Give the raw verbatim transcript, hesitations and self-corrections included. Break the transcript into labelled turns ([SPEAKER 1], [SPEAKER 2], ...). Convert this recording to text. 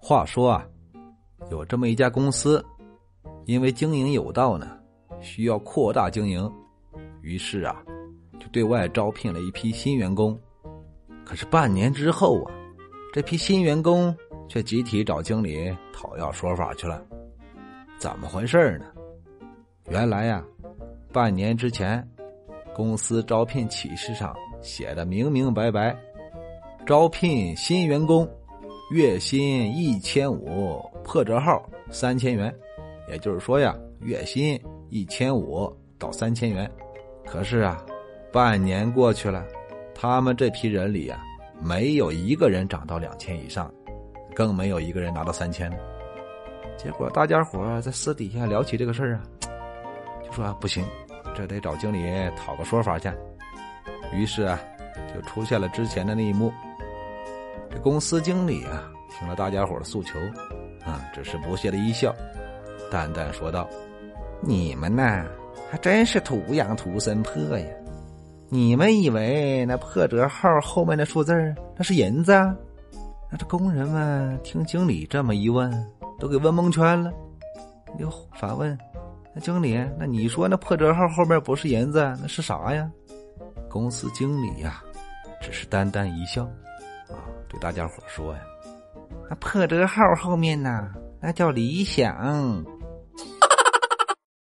[SPEAKER 1] 话说啊，有这么一家公司，因为经营有道呢，需要扩大经营，于是啊，就对外招聘了一批新员工。可是半年之后啊，这批新员工却集体找经理讨要说法去了。怎么回事呢？原来呀、啊，半年之前，公司招聘启事上写的明明白白，招聘新员工，月薪一千五，破折号三千元。也就是说呀，月薪一千五到三千元。可是啊，半年过去了，他们这批人里啊，没有一个人涨到两千以上，更没有一个人拿到三千。结果大家伙在私底下聊起这个事儿啊，就说、啊、不行，这得找经理讨个说法去。于是啊，就出现了之前的那一幕。这公司经理啊，听了大家伙的诉求，啊，只是不屑的一笑，淡淡说道：“你们呐，还真是土养土生破呀！你们以为那破折号后面的数字那是银子啊？”那这工人们听经理这么一问，都给问蒙圈了，又反问：“那经理，那你说那破折号后面不是银子，那是啥呀？”公司经理呀，只是淡淡一笑，啊，对大家伙说呀：“那破折号后面呢，那叫理想。”